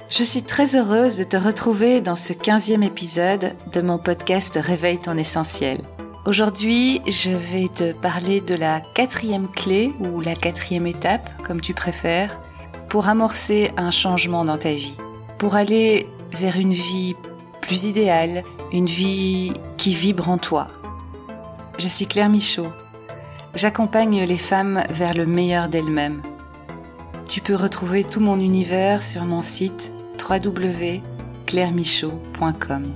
Je suis très heureuse de te retrouver dans ce 15e épisode de mon podcast Réveille ton essentiel. Aujourd'hui, je vais te parler de la 4e clé ou la 4e étape, comme tu préfères, pour amorcer un changement dans ta vie, pour aller vers une vie plus idéale, une vie qui vibre en toi. Je suis Claire Michaud. J'accompagne les femmes vers le meilleur d'elles-mêmes. Tu peux retrouver tout mon univers sur mon site www.clairemichaud.com.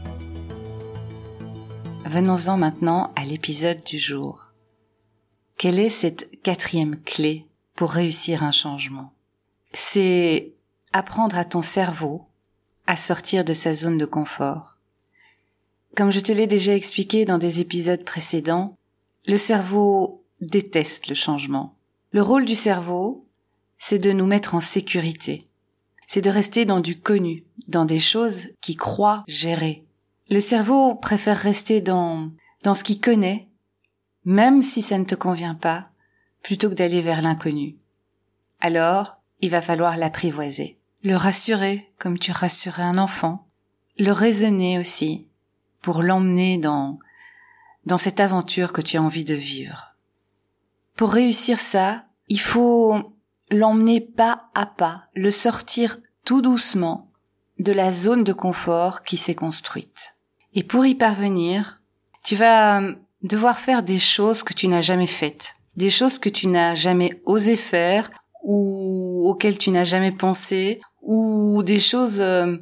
Venons-en maintenant à l'épisode du jour. Quelle est cette 4e clé pour réussir un changement ? C'est apprendre à ton cerveau à sortir de sa zone de confort. Comme je te l'ai déjà expliqué dans des épisodes précédents, le cerveau déteste le changement. Le rôle du cerveau, c'est de nous mettre en sécurité. C'est de rester dans du connu, dans des choses qu'il croit gérer. Le cerveau préfère rester dans ce qu'il connaît, même si ça ne te convient pas, plutôt que d'aller vers l'inconnu. Alors, il va falloir l'apprivoiser. Le rassurer comme tu rassurais un enfant. Le raisonner aussi, pour l'emmener dans cette aventure que tu as envie de vivre. Pour réussir ça, il faut l'emmener pas à pas, le sortir tout doucement de la zone de confort qui s'est construite. Et pour y parvenir, tu vas devoir faire des choses que tu n'as jamais faites, des choses que tu n'as jamais osé faire ou auxquelles tu n'as jamais pensé, ou des choses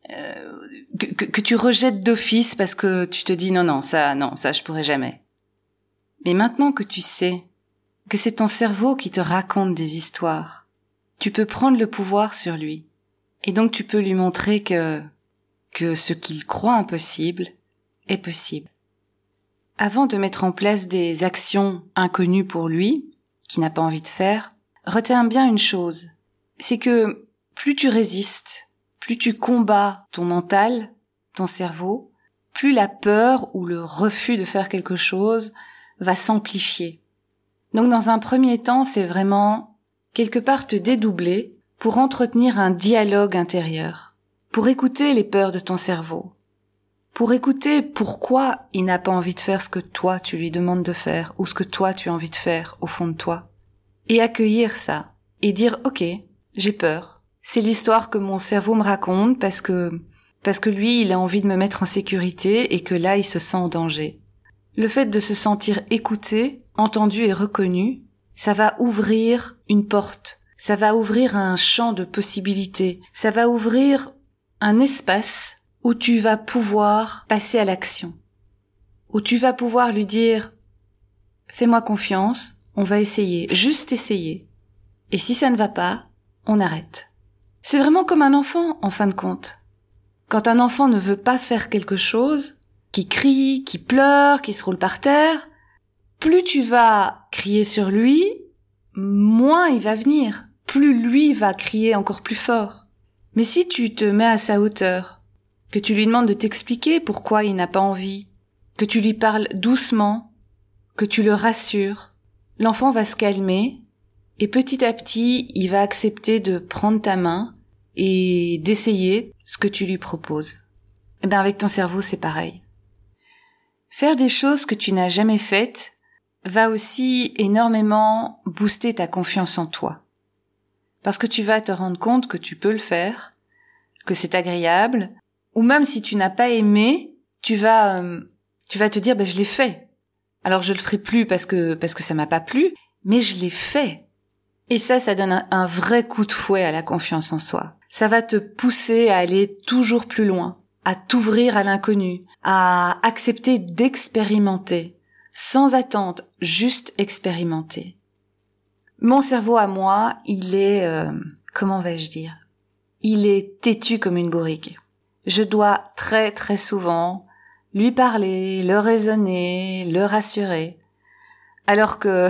que tu rejettes d'office parce que tu te dis non, ça je pourrais jamais. Mais maintenant que tu sais que c'est ton cerveau qui te raconte des histoires, tu peux prendre le pouvoir sur lui. Et donc tu peux lui montrer que ce qu'il croit impossible est possible. Avant de mettre en place des actions inconnues pour lui, qu'il n'a pas envie de faire, retiens bien une chose, c'est que plus tu résistes, plus tu combats ton mental, ton cerveau, plus la peur ou le refus de faire quelque chose va s'amplifier. Donc dans un premier temps, c'est vraiment quelque part te dédoubler pour entretenir un dialogue intérieur, pour écouter les peurs de ton cerveau, pour écouter pourquoi il n'a pas envie de faire ce que toi tu lui demandes de faire ou ce que toi tu as envie de faire au fond de toi, et accueillir ça et dire ok, j'ai peur, c'est l'histoire que mon cerveau me raconte parce que lui il a envie de me mettre en sécurité et que là il se sent en danger. Le fait de se sentir écouté, entendu et reconnu, ça va ouvrir une porte, ça va ouvrir un champ de possibilités, ça va ouvrir un espace où tu vas pouvoir passer à l'action, où tu vas pouvoir lui dire « Fais-moi confiance, on va essayer, juste essayer. Et si ça ne va pas, on arrête. » C'est vraiment comme un enfant, en fin de compte. Quand un enfant ne veut pas faire quelque chose, qui crie, qui pleure, qui se roule par terre, plus tu vas crier sur lui, moins il va venir. Plus lui va crier encore plus fort. Mais si tu te mets à sa hauteur, que tu lui demandes de t'expliquer pourquoi il n'a pas envie, que tu lui parles doucement, que tu le rassures, l'enfant va se calmer et petit à petit, il va accepter de prendre ta main et d'essayer ce que tu lui proposes. Et bien avec ton cerveau, c'est pareil. Faire des choses que tu n'as jamais faites va aussi énormément booster ta confiance en toi. Parce que tu vas te rendre compte que tu peux le faire, que c'est agréable, ou même si tu n'as pas aimé, tu vas te dire je l'ai fait. Alors je le ferai plus parce que ça m'a pas plu, mais je l'ai fait. Et ça donne un vrai coup de fouet à la confiance en soi. Ça va te pousser à aller toujours plus loin, à t'ouvrir à l'inconnu, à accepter d'expérimenter, sans attendre, juste expérimenter. Mon cerveau à moi, il est, comment vais-je dire ? Il est têtu comme une bourrique. Je dois très très souvent lui parler, le raisonner, le rassurer. Alors que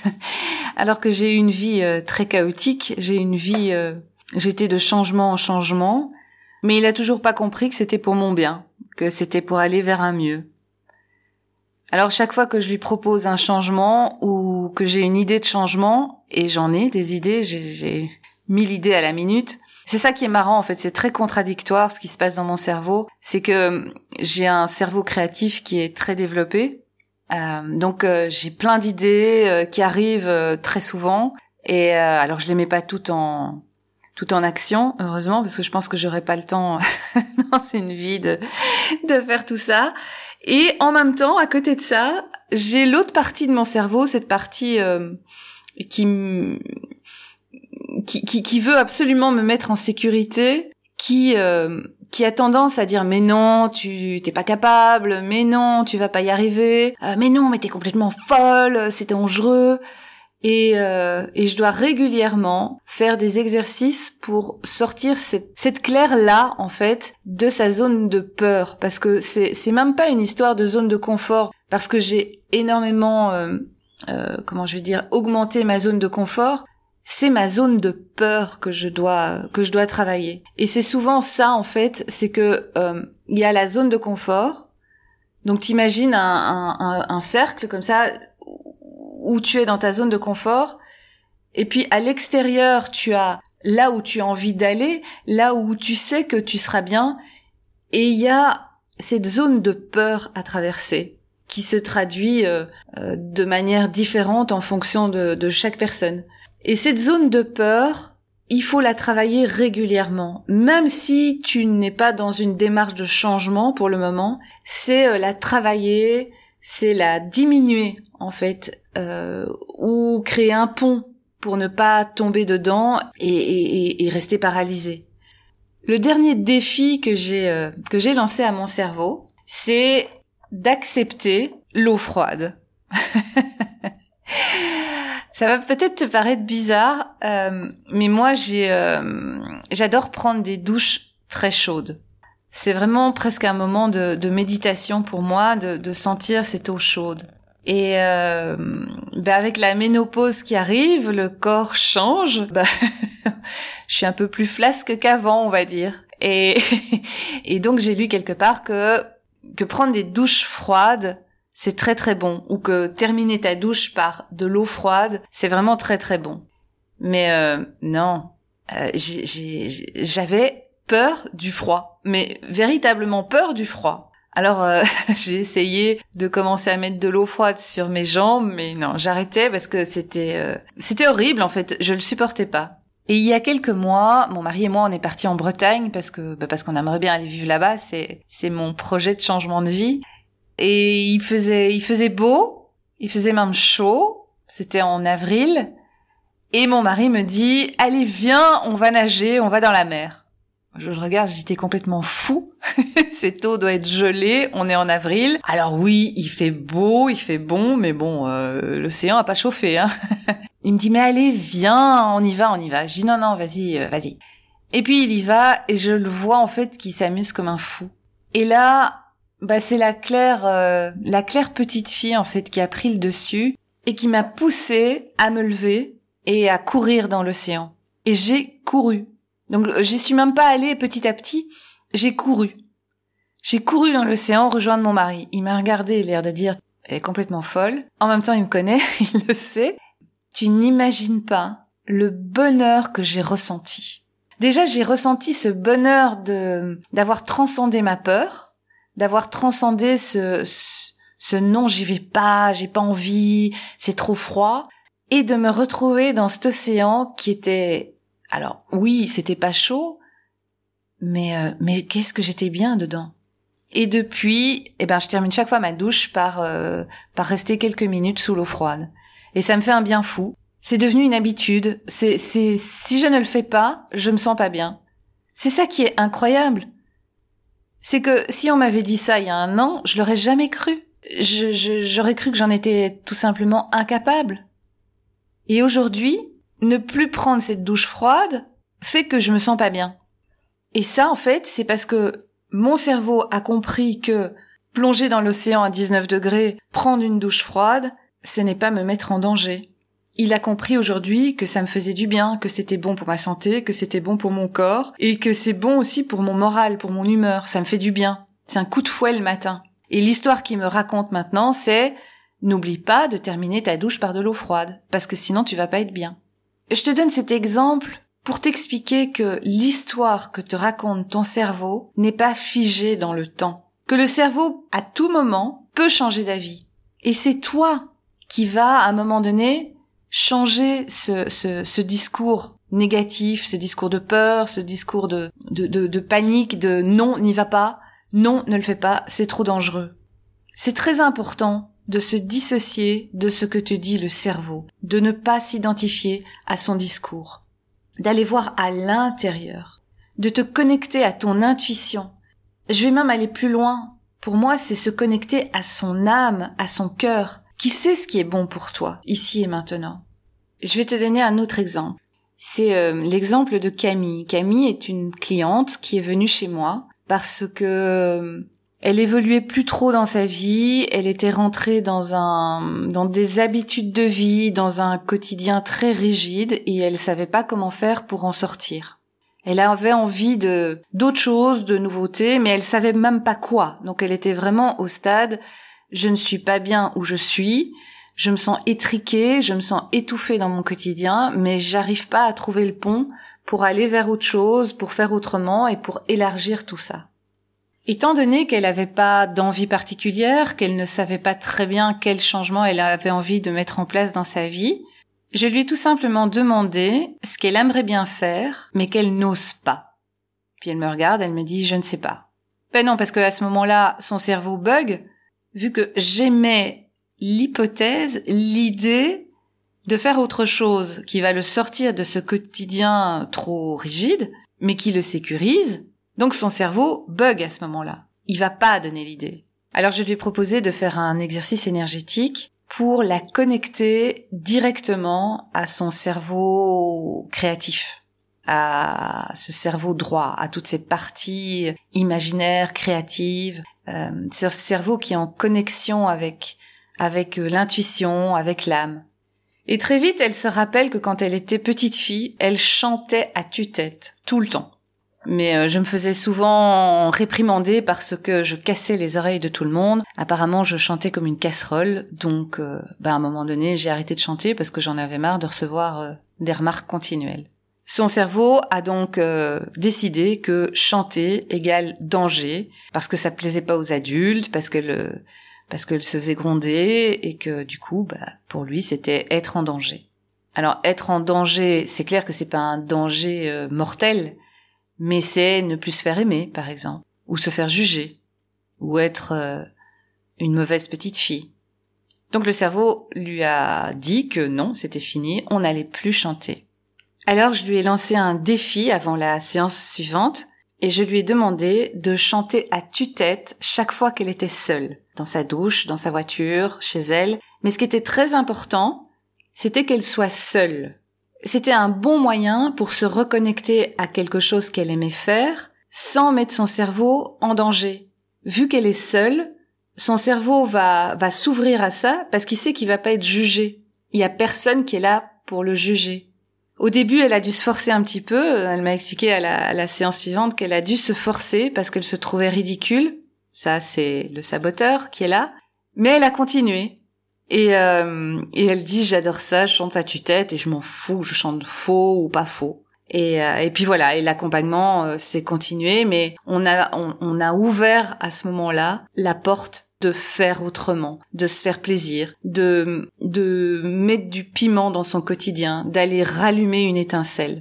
j'ai une vie très chaotique, j'étais de changement en changement, mais il a toujours pas compris que c'était pour mon bien, que c'était pour aller vers un mieux. Alors chaque fois que je lui propose un changement ou que j'ai une idée de changement, et j'en ai des idées, j'ai 1000 idées à la minute, C'est ça qui est marrant en fait, c'est très contradictoire ce qui se passe dans mon cerveau, c'est que j'ai un cerveau créatif qui est très développé, donc j'ai plein d'idées qui arrivent très souvent, et alors je les mets pas toutes en action, heureusement, parce que je pense que j'aurais pas le temps dans une vie de faire tout ça. Et en même temps, à côté de ça, j'ai l'autre partie de mon cerveau, cette partie qui veut absolument me mettre en sécurité, qui a tendance à dire mais non, tu t'es pas capable, mais non, tu vas pas y arriver, mais non, mais t'es complètement folle, c'est dangereux. Et je dois régulièrement faire des exercices pour sortir cette Claire-là, en fait, de sa zone de peur. Parce que c'est même pas une histoire de zone de confort, parce que j'ai énormément, augmenté ma zone de confort. C'est ma zone de peur que je dois travailler. Et c'est souvent ça, en fait, c'est que il y a la zone de confort. Donc t'imagines un cercle comme ça, où tu es dans ta zone de confort, et puis à l'extérieur, tu as là où tu as envie d'aller, là où tu sais que tu seras bien, et il y a cette zone de peur à traverser, qui se traduit de manière différente en fonction de chaque personne. Et cette zone de peur, il faut la travailler régulièrement. Même si tu n'es pas dans une démarche de changement pour le moment, c'est la travailler, c'est la diminuer en fait, ou créer un pont pour ne pas tomber dedans et rester paralysé. Le dernier défi que j'ai lancé à mon cerveau, c'est d'accepter l'eau froide. Ça va peut-être te paraître bizarre, mais moi j'adore prendre des douches très chaudes. C'est vraiment presque un moment de méditation pour moi, de sentir cette eau chaude. Et avec la ménopause qui arrive, le corps change. Je suis un peu plus flasque qu'avant, on va dire. Et donc j'ai lu quelque part que prendre des douches froides, c'est très très bon, ou que terminer ta douche par de l'eau froide, c'est vraiment très très bon. Mais non, j'avais peur du froid, mais véritablement peur du froid. Alors j'ai essayé de commencer à mettre de l'eau froide sur mes jambes, mais non, j'arrêtais parce que c'était horrible en fait, je le supportais pas. Et il y a quelques mois, mon mari et moi, on est partis en Bretagne parce qu'on aimerait bien aller vivre là-bas, c'est mon projet de changement de vie. Et il faisait beau, il faisait même chaud, c'était en avril, et mon mari me dit « Allez, viens, on va nager, on va dans la mer ». Je le regarde, j'étais complètement fou. Cette eau doit être gelée, on est en avril. Alors oui, il fait beau, il fait bon, mais bon, l'océan a pas chauffé, hein. Il me dit, mais allez, viens, on y va. Je dis, non, vas-y. Et puis il y va, et je le vois, en fait, qu'il s'amuse comme un fou. Et là, c'est la Claire petite fille, en fait, qui a pris le dessus, et qui m'a poussée à me lever, et à courir dans l'océan. Et j'ai couru. Donc j'y suis même pas allée petit à petit, j'ai couru. J'ai couru dans l'océan rejoindre mon mari. Il m'a regardé, l'air de dire elle est complètement folle. En même temps, il me connaît, il le sait. Tu n'imagines pas le bonheur que j'ai ressenti. Déjà, j'ai ressenti ce bonheur d'avoir transcendé ma peur, d'avoir transcendé ce non, j'y vais pas, j'ai pas envie, c'est trop froid, et de me retrouver dans cet océan qui était... Alors oui, c'était pas chaud, mais qu'est-ce que j'étais bien dedans. Et depuis, je termine chaque fois ma douche par rester quelques minutes sous l'eau froide. Et ça me fait un bien fou. C'est devenu une habitude. Si je ne le fais pas, je me sens pas bien. C'est ça qui est incroyable. C'est que si on m'avait dit ça il y a un an, je l'aurais jamais cru. J'aurais cru que j'en étais tout simplement incapable. Et aujourd'hui, ne plus prendre cette douche froide fait que je me sens pas bien. Et ça, en fait, c'est parce que mon cerveau a compris que plonger dans l'océan à 19 degrés, prendre une douche froide, ce n'est pas me mettre en danger. Il a compris aujourd'hui que ça me faisait du bien, que c'était bon pour ma santé, que c'était bon pour mon corps, et que c'est bon aussi pour mon moral, pour mon humeur. Ça me fait du bien. C'est un coup de fouet le matin. Et l'histoire qu'il me raconte maintenant, c'est « N'oublie pas de terminer ta douche par de l'eau froide, parce que sinon tu vas pas être bien ». Je te donne cet exemple pour t'expliquer que l'histoire que te raconte ton cerveau n'est pas figée dans le temps. Que le cerveau, à tout moment, peut changer d'avis. Et c'est toi qui vas, à un moment donné, changer ce discours négatif, ce discours de peur, ce discours de panique, de non, n'y va pas, non, ne le fais pas, c'est trop dangereux. C'est très important de se dissocier de ce que te dit le cerveau, de ne pas s'identifier à son discours, d'aller voir à l'intérieur, de te connecter à ton intuition. Je vais même aller plus loin. Pour moi, c'est se connecter à son âme, à son cœur, qui sait ce qui est bon pour toi, ici et maintenant. Je vais te donner un autre exemple. C'est l'exemple de Camille. Camille est une cliente qui est venue chez moi parce que elle évoluait plus trop dans sa vie, elle était rentrée dans des habitudes de vie, dans un quotidien très rigide et elle savait pas comment faire pour en sortir. Elle avait envie d'autres choses, de nouveautés, mais elle savait même pas quoi. Donc elle était vraiment au stade je ne suis pas bien où je suis, je me sens étriquée, je me sens étouffée dans mon quotidien, mais j'arrive pas à trouver le pont pour aller vers autre chose, pour faire autrement et pour élargir tout ça. Étant donné qu'elle n'avait pas d'envie particulière, qu'elle ne savait pas très bien quel changement elle avait envie de mettre en place dans sa vie, je lui ai tout simplement demandé ce qu'elle aimerait bien faire, mais qu'elle n'ose pas. Puis elle me regarde, elle me dit « je ne sais pas ». Ben non, parce qu'à ce moment-là, son cerveau bug, vu que j'aimais l'hypothèse, l'idée de faire autre chose qui va le sortir de ce quotidien trop rigide, mais qui le sécurise. Donc son cerveau bug à ce moment-là. Il va pas donner l'idée. Alors je lui ai proposé de faire un exercice énergétique pour la connecter directement à son cerveau créatif, à ce cerveau droit, à toutes ces parties imaginaires, créatives, ce cerveau qui est en connexion avec l'intuition, avec l'âme. Et très vite, elle se rappelle que quand elle était petite fille, elle chantait à tue-tête, tout le temps. Mais je me faisais souvent réprimander parce que je cassais les oreilles de tout le monde. Apparemment, je chantais comme une casserole. Donc, à un moment donné, j'ai arrêté de chanter parce que j'en avais marre de recevoir des remarques continuelles. Son cerveau a donc décidé que chanter égale danger, parce que ça plaisait pas aux adultes, parce qu'elle se faisait gronder, et que du coup, pour lui, c'était être en danger. Alors, être en danger, c'est clair que c'est pas un danger mortel, mais c'est ne plus se faire aimer, par exemple, ou se faire juger, ou être une mauvaise petite fille. Donc le cerveau lui a dit que non, c'était fini, on n'allait plus chanter. Alors je lui ai lancé un défi avant la séance suivante, et je lui ai demandé de chanter à tue-tête chaque fois qu'elle était seule, dans sa douche, dans sa voiture, chez elle. Mais ce qui était très important, c'était qu'elle soit seule. C'était un bon moyen pour se reconnecter à quelque chose qu'elle aimait faire sans mettre son cerveau en danger. Vu qu'elle est seule, son cerveau va s'ouvrir à ça parce qu'il sait qu'il va pas être jugé. Il y a personne qui est là pour le juger. Au début, elle a dû se forcer un petit peu. Elle m'a expliqué à la séance suivante qu'elle a dû se forcer parce qu'elle se trouvait ridicule. Ça, c'est le saboteur qui est là. Mais elle a continué. Et elle dit j'adore ça, je chante à tue-tête et je m'en fous, je chante faux ou pas faux. Et puis voilà, et l'accompagnement s'est continué, mais on a ouvert à ce moment-là la porte de faire autrement, de se faire plaisir, de mettre du piment dans son quotidien, d'aller rallumer une étincelle.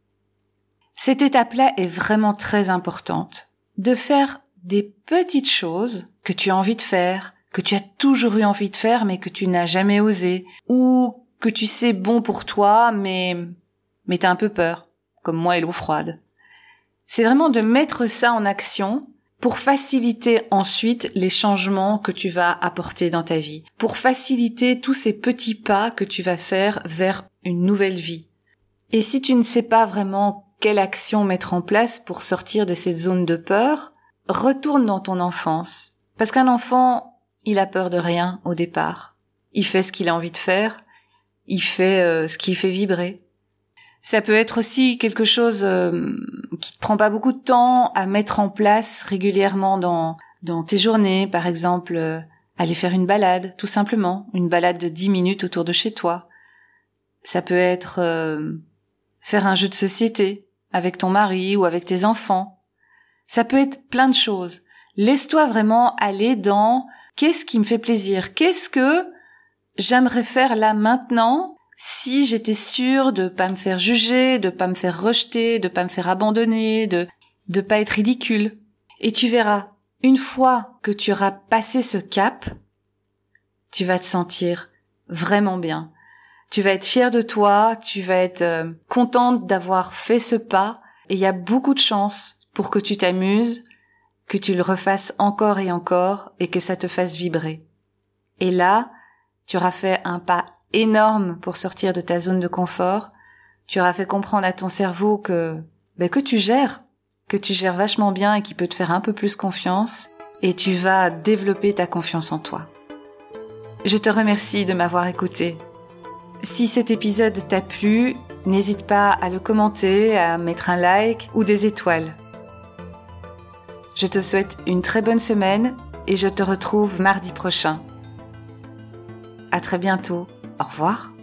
Cette étape-là est vraiment très importante, de faire des petites choses que tu as envie de faire, que tu as toujours eu envie de faire mais que tu n'as jamais osé, ou que tu sais bon pour toi mais t'as un peu peur, comme moi et l'eau froide. C'est vraiment de mettre ça en action pour faciliter ensuite les changements que tu vas apporter dans ta vie, pour faciliter tous ces petits pas que tu vas faire vers une nouvelle vie. Et si tu ne sais pas vraiment quelle action mettre en place pour sortir de cette zone de peur, retourne dans ton enfance. Parce qu'un enfant, il a peur de rien au départ. Il fait ce qu'il a envie de faire. Il fait ce qui fait vibrer. Ça peut être aussi quelque chose qui te prend pas beaucoup de temps à mettre en place régulièrement dans tes journées. Par exemple, aller faire une balade, tout simplement. Une balade de 10 minutes autour de chez toi. Ça peut être faire un jeu de société avec ton mari ou avec tes enfants. Ça peut être plein de choses. Laisse-toi vraiment aller dans qu'est-ce qui me fait plaisir, qu'est-ce que j'aimerais faire là maintenant si j'étais sûre de pas me faire juger, de pas me faire rejeter, de pas me faire abandonner, de pas être ridicule. Et tu verras, une fois que tu auras passé ce cap, tu vas te sentir vraiment bien. Tu vas être fière de toi, tu vas être contente d'avoir fait ce pas, et il y a beaucoup de chances pour que tu t'amuses, que tu le refasses encore et que ça te fasse vibrer. Et là, tu auras fait un pas énorme pour sortir de ta zone de confort. Tu auras fait comprendre à ton cerveau que tu gères vachement bien et qu'il peut te faire un peu plus confiance, et tu vas développer ta confiance en toi. Je te remercie de m'avoir écouté. Si cet épisode t'a plu, n'hésite pas à le commenter, à mettre un like ou des étoiles. Je te souhaite une très bonne semaine et je te retrouve mardi prochain. À très bientôt. Au revoir.